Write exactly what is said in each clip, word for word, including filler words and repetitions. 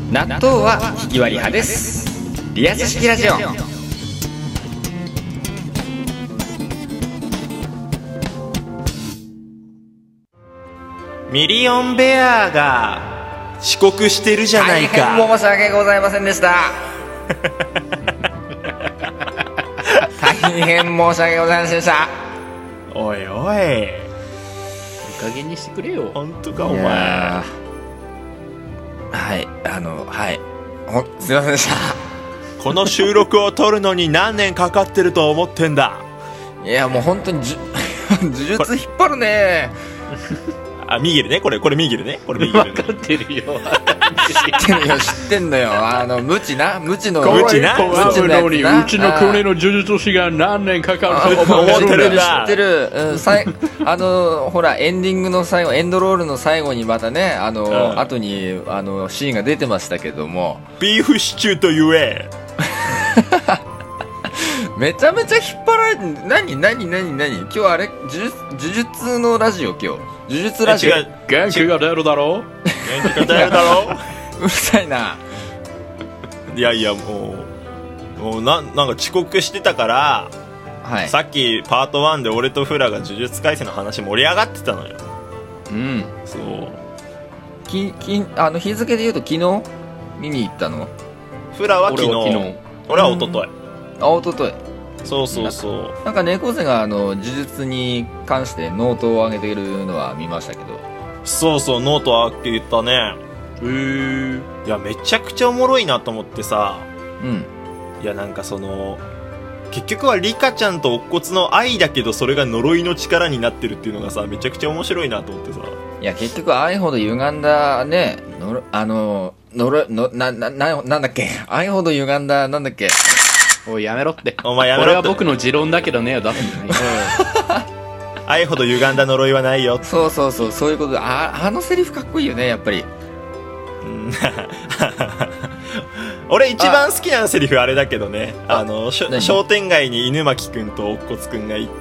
納豆はひき割り派です。リアス式ラジオ。 ミリオンベアが遅刻してるじゃないか。 大変申し訳ございませんでした大変申し訳ございませんでした。 おいおい、 いい加減にしてくれよ。 本当かお前。 はい、あのはいおすいませんでした。 この収録を撮るのに何年かかってると思ってんだ。 いやもう本当にじゅ呪術引っ張るね。 あ、ミゲルね、これこれミゲルね、これミゲルね。 分かってるよ。 知ってるよ知ってんのよ。あの無知な無知の無知な無知のやつな。 うちの国の呪術師が何年かかると思知ってる知ってるんだってる、うん、さいあのほらエンディングの最後、エンドロールの最後にまたね、あの、 うん、 後にあのシーンが出てましたけども、 ビーフシチューと言え。 めちゃめちゃ引っ張られて、何何何何今日あれ呪術、呪術のラジオ、今日呪術ラジオ。 違う、 元気が出るだろう。 元気が出るだろうるさいな。 いやいやもうもうななんか遅刻してたから、 はい、 さっきパートワンで俺とフラが呪術廻戦の話盛り上がってたのよ。 うん、 そうききあの日付で言うと昨日見に行ったの。 フラは昨日、 俺は昨日、 俺は一昨日、 あ、おととい。 そうそうそう。 なんか猫背があの呪術に関してノートを上げているのは見ましたけど。 そうそう、ノート開けたね。 へー。 いやめちゃくちゃおもろいなと思ってさ。 うん。 いやなんかその結局はリカちゃんと乙骨の愛だけど、それが呪いの力になってるっていうのがさ、めちゃくちゃ面白いなと思ってさ。 いや結局愛ほど歪んだね、のろあののろのななななんだっけ、愛ほど歪んだなんだっけ。 おいやめろって。 お前やめろって。 これは僕の持論だけどね、出すんじゃない。 愛ほど歪んだ呪いはないよ。 そうそうそう、そういうこと。ああのセリフかっこいいよねやっぱり。 俺一番好きなセリフあれだけどね、あのしょ商店街に犬巻くんと乙骨くんが行って、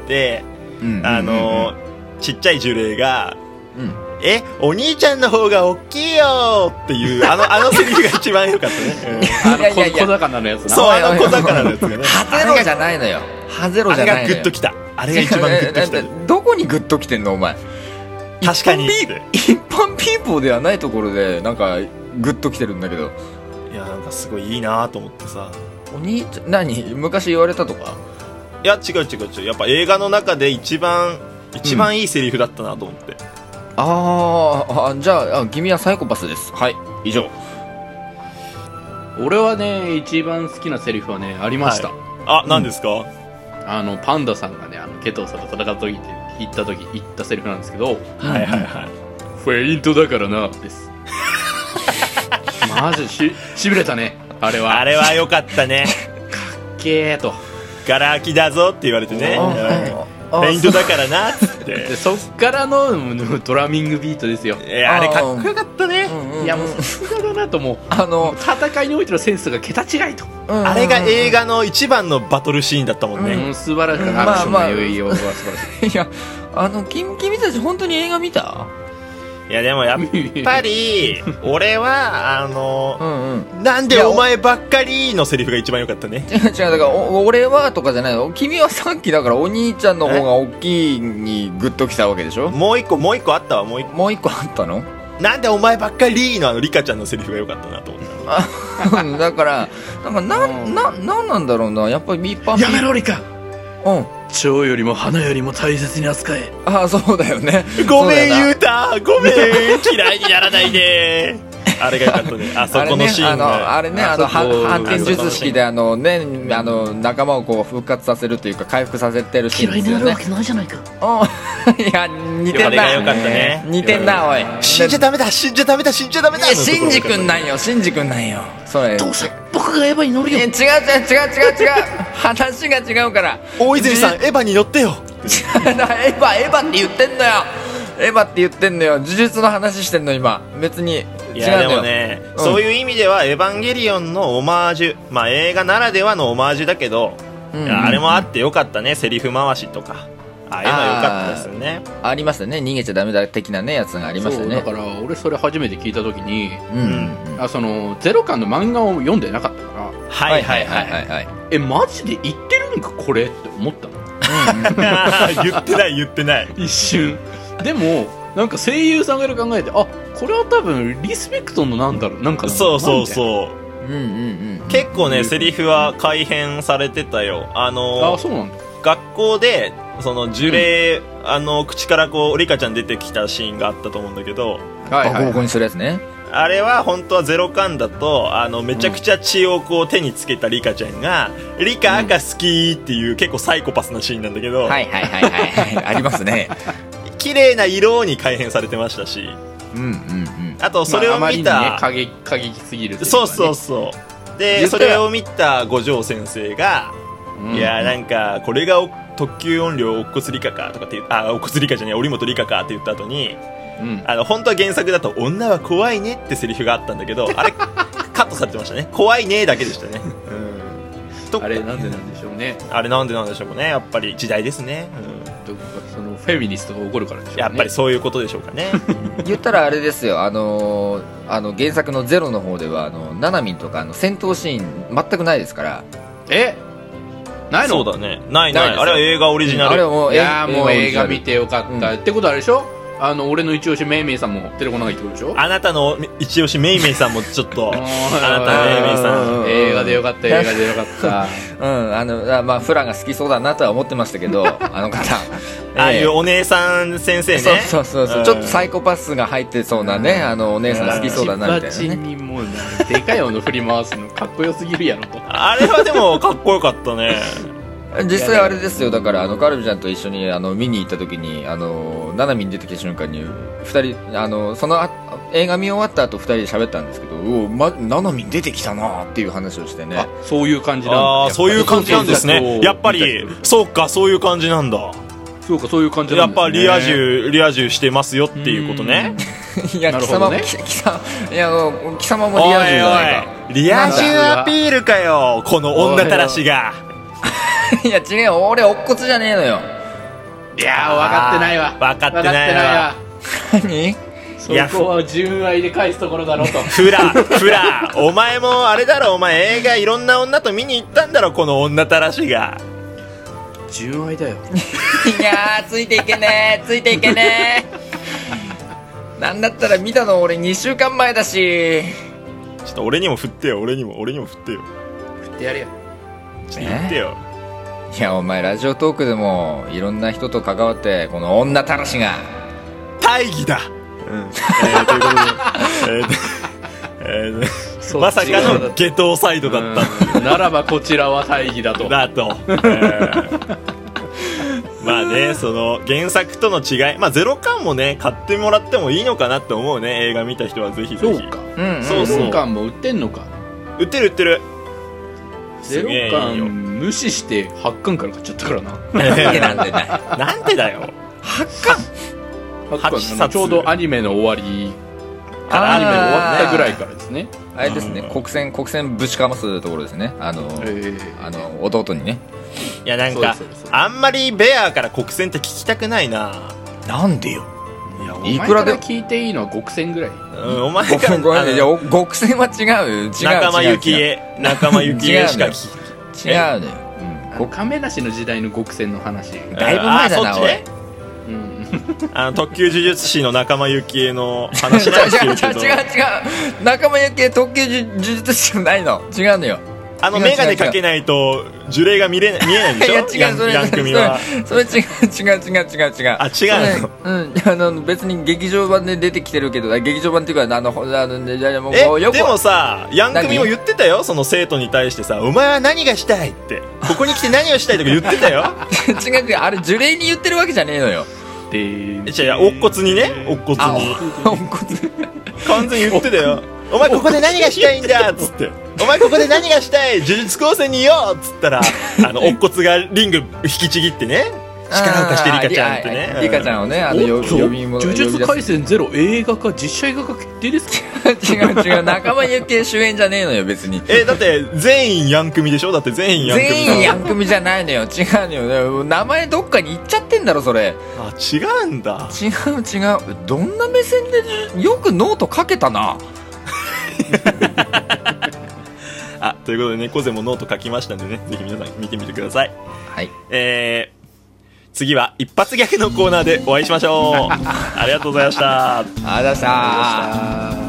うん、あの、うん、ちっちゃい呪霊が、うん、えお兄ちゃんの方が大きいよっていうあのあのセリフが一番良かったね。 うん、あの小魚のやつな。 そう、あの小魚のやつがね。 ハゼロじゃないのよ。ハゼロじゃないのよ。 あれがグッときた。あれが一番グッときた。 どこにグッときてんのお前。 確かに一般ピーポーではないところでなんかグッときてるんだけど。 いやなんかすごいいいなと思ってさ。 お兄ちゃん何昔言われたとか。 いや違う違う違う、やっぱ映画の中で一番一番いいセリフだったなと思って、うん、 ああじゃあ君はサイコパスです。はい以上。 俺はね一番好きなセリフはねありました、はい、 あ何ですか、うん、 あのパンダさんがねあのケトウさんと戦った時って言った時言ったセリフなんですけど、はいはいはい、 フェイントだからなですマジししびれたねあれは。 あれは良かったね。 かっけーと、 ガラ空きだぞって言われてね、フェイントだからなっつってでそっからのドラミングビートですよ。 えー、あれかっこよかったね。 いやもうさすがだなと思う。あの戦いにおいてのセンスが桁違いと、 うんうん、あれが映画の一番のバトルシーンだったもんね、 うん、素晴らしい、うん、アクションの余裕は素晴らしい。 いやあの君たち本当に映画見た？ いやでもやっぱり俺はあの、うんうん、なんでお前ばっかりのセリフが一番良かったね。 違う違う、だから俺はとかじゃないの。君はさっきだからお兄ちゃんの方が大きいにグッときたわけでしょ。 もう一個もう一個あったわ。もう一個もう一個あったの。 なんでお前ばっかりのあのリカちゃんのセリフが良かったなと思っただからなんかな、な、なんなんだろうな、やっぱり一般。 やめろリカ。 うん、 蝶よりも花よりも大切に扱え。 ああそうだよね。 ごめんゆうた、ごめん嫌いにならないで。あれがよかったね。あそこのシーンがあれね、あの反転術式であのね、あの仲間をこう復活させるというか回復させてるシーンですよね。 嫌いになるわけないじゃないか。 いや似てんな。 あれがよかったね。 似てんなおい。 死んじゃダメだ死んじゃダメだ死んじゃダメだ。 いやシンジ君なんよシンジ君なんよ。それ父さん僕がエヴァに乗るよ。 違う違う違う違う違う話が違うから。 大泉さんエヴァに乗ってよ。 エヴァエヴァって言ってんのよ。エヴァって言ってんのよ。呪術の話してんの今。別に違うんだよ。 いやでもね、うん、そういう意味ではエヴァンゲリオンのオマージュ、まあ映画ならではのオマージュだけど、うんうん、いやあれもあってよかったね。セリフ回しとかああいうのは良かったですよね。 ありましたね、逃げちゃダメだ的なねやつがありましたね。 そうだから俺それ初めて聞いた時に、 うんうんうん、 あそのゼロ巻の漫画を読んでなかったから、 はいはいはいはい、はい、 えマジで言ってるんかこれって思ったの。 言ってない言ってない一瞬でもなんか声優さんがいる考えて、あこれは多分リスペクトのなんだろうなんかそうそうそう、 うんうんうん、 結構ねセリフは改変されてたよ。あのあそうなんだ。 学校でその呪霊、うん、あの口からこうリカちゃん出てきたシーンがあったと思うんだけど、 はいはい、ボコボコにするやつね。 あれは本当はゼロ巻だとあのめちゃくちゃ血をこう手につけたリカちゃんが、うん、リカ赤好きっていう結構サイコパスなシーンなんだけど、 はいはいはいはいありますね。 綺麗な色に改変されてましたし、 うんうんうん、 あとそれを見た、 まあね、過激過激すぎる、ね、 そうそうそうでそれを見た五条先生が、うん、いやなんかこれが特級音量おっこつリカかとかってあおっこつリカじゃねえ織本リカかって言った後に、うん、あの本当は原作だと女は怖いねってセリフがあったんだけどあれカットされてましたね。怖いねだけでしたね、 うん、あれなんでなんでしょうね。 あれなんでなんでしょうね。やっぱり時代ですね、 うん、そのフェミニストが怒るからでしょうね。 やっぱりそういうことでしょうかね。 言ったらあれですよ、あのー、あの原作のゼロの方ではあのナナミンとかの戦闘シーン全くないですから。 えないの？ そうだね、ないない、あれは映画オリジナル、うん、 あれはもういやもう映画見てよかった、うん、ってことはあれでしょ、あの俺の一押しメイメイさんもテレコナが言ってくるでしょ。 あなたの一押しメイメイさんもちょっとあなたメイメイさん映画でよかった映画でよかったうんあのまあフラが好きそうだなとは思ってましたけどあの方ああいうお姉さん先生ね、 そうそうそうそう、うん、ちょっとサイコパスが入ってそうなね、あのお姉さん好きそうだなみたいなね。 チバチにもうでかいもの振り回すのかっこよすぎるやろとあれはでもかっこよかったね。 実際あれですよ、だからあのカルビちゃんと一緒にあの見に行った時にあのナナミに出てきた瞬間にふたりあのそのあ映画見終わった後ふたりで喋ったんですけど、お、ま、ナナミ出てきたなっていう話をしてね。 あそういう感じなんだ。 あそういう感じなんですね。やっぱりそうかそういう感じなんだ。 そうかそういう感じなんですね。 やっぱリア充リア充してますよっていうことね。 いや貴様も貴様いや貴様もリア充じゃないか。 リア充アピールかよこの女たらしが。 いや違うよ、俺おっこつじゃねえのよ。 いや分かってないわ分かってないわ。 何そこは純愛で返すところだろうと。 フラフラお前もあれだろ、お前映画いろんな女と見に行ったんだろこの女たらしが。 純愛だよ。 いやーついていけねーついていけねーなんだったら見たの俺にしゅうかんまえだし。 ちょっと俺にも振ってよ俺にも俺にも振ってよ振ってやるよ。 ちょっと言ってよ。 いやお前ラジオトークでもいろんな人と関わってこの女たらしが大義だ、うんえー、ということで、えーえー、まさかの下等サイドだった、 うん、ならばこちらは大義だとだと、えー、まあねその原作との違い、まあゼロ巻もね買ってもらってもいいのかなって思うね。映画見た人はぜひぜひ。 そうか、 うん、 そうそうゼロ巻も売ってんのか。 売ってる売ってる。 ゼロ巻無視してはち巻から買っちゃったからな。 なんでなんでだよなんでだよ。 はち巻はち巻ちょうどアニメの終わりアニメ終わったぐらいからですね。 あれですね、国戦国戦ぶちかますところですね。あの、えー、あの弟にね。 いやなんかあんまりベアから国戦って聞きたくないな。 なんでよ。 いやいくらで聞いていいのは極戦ぐらい、 うん、お前がごめんいや極戦は違う違う仲間由紀恵仲間由紀恵しか聞違うのよ。 うん、亀梨の時代の極戦の話だいぶ前だな俺。 うん、 あの特級呪術師の仲間由紀恵の話なんですけど違う違う違う違う仲間由紀恵特級呪術師じゃないの。違うのよ。 あの眼鏡かけないと呪霊が見れ見えないんでしょ。 いや違うそれヤン組はそれ違う違う違う違う違う。 あ違うの。 うんあの別に劇場版で出てきてるけど劇場版っていうかあのあのもうえよくでもさヤン組も言ってたよ。その生徒に対してさお前は何がしたいってここに来て何をしたいとか言ってたよ。 違う違うあれ呪霊に言ってるわけじゃねえのよ。 で違う違う乙骨にね乙骨に乙骨完全に言ってたよ。お前ここで何がしたいんだっつってお前ここで何がしたい呪術高専にいよっつったらあの乙骨がリング引きちぎってね力を貸してリカちゃんってねリカちゃんをねあの呼び呪術廻戦ゼロ映画化実写映画化決定ですか。 違う違う仲間由紀恵主演じゃねえのよ別に。 えだって全員ヤン組でしょ。だって全員ヤン組。 全員ヤン組じゃないのよ。違うのよ。名前どっかに行っちゃってんだろそれ。 あ違うんだ。 違う違う。どんな目線でよくノート書けたな。 あということで猫背もノート書きましたんでね、ぜひ皆さん見てみてください。 はい。 えー次は一発ギャグのコーナーでお会いしましょう。ありがとうございました。 ありがとうございました。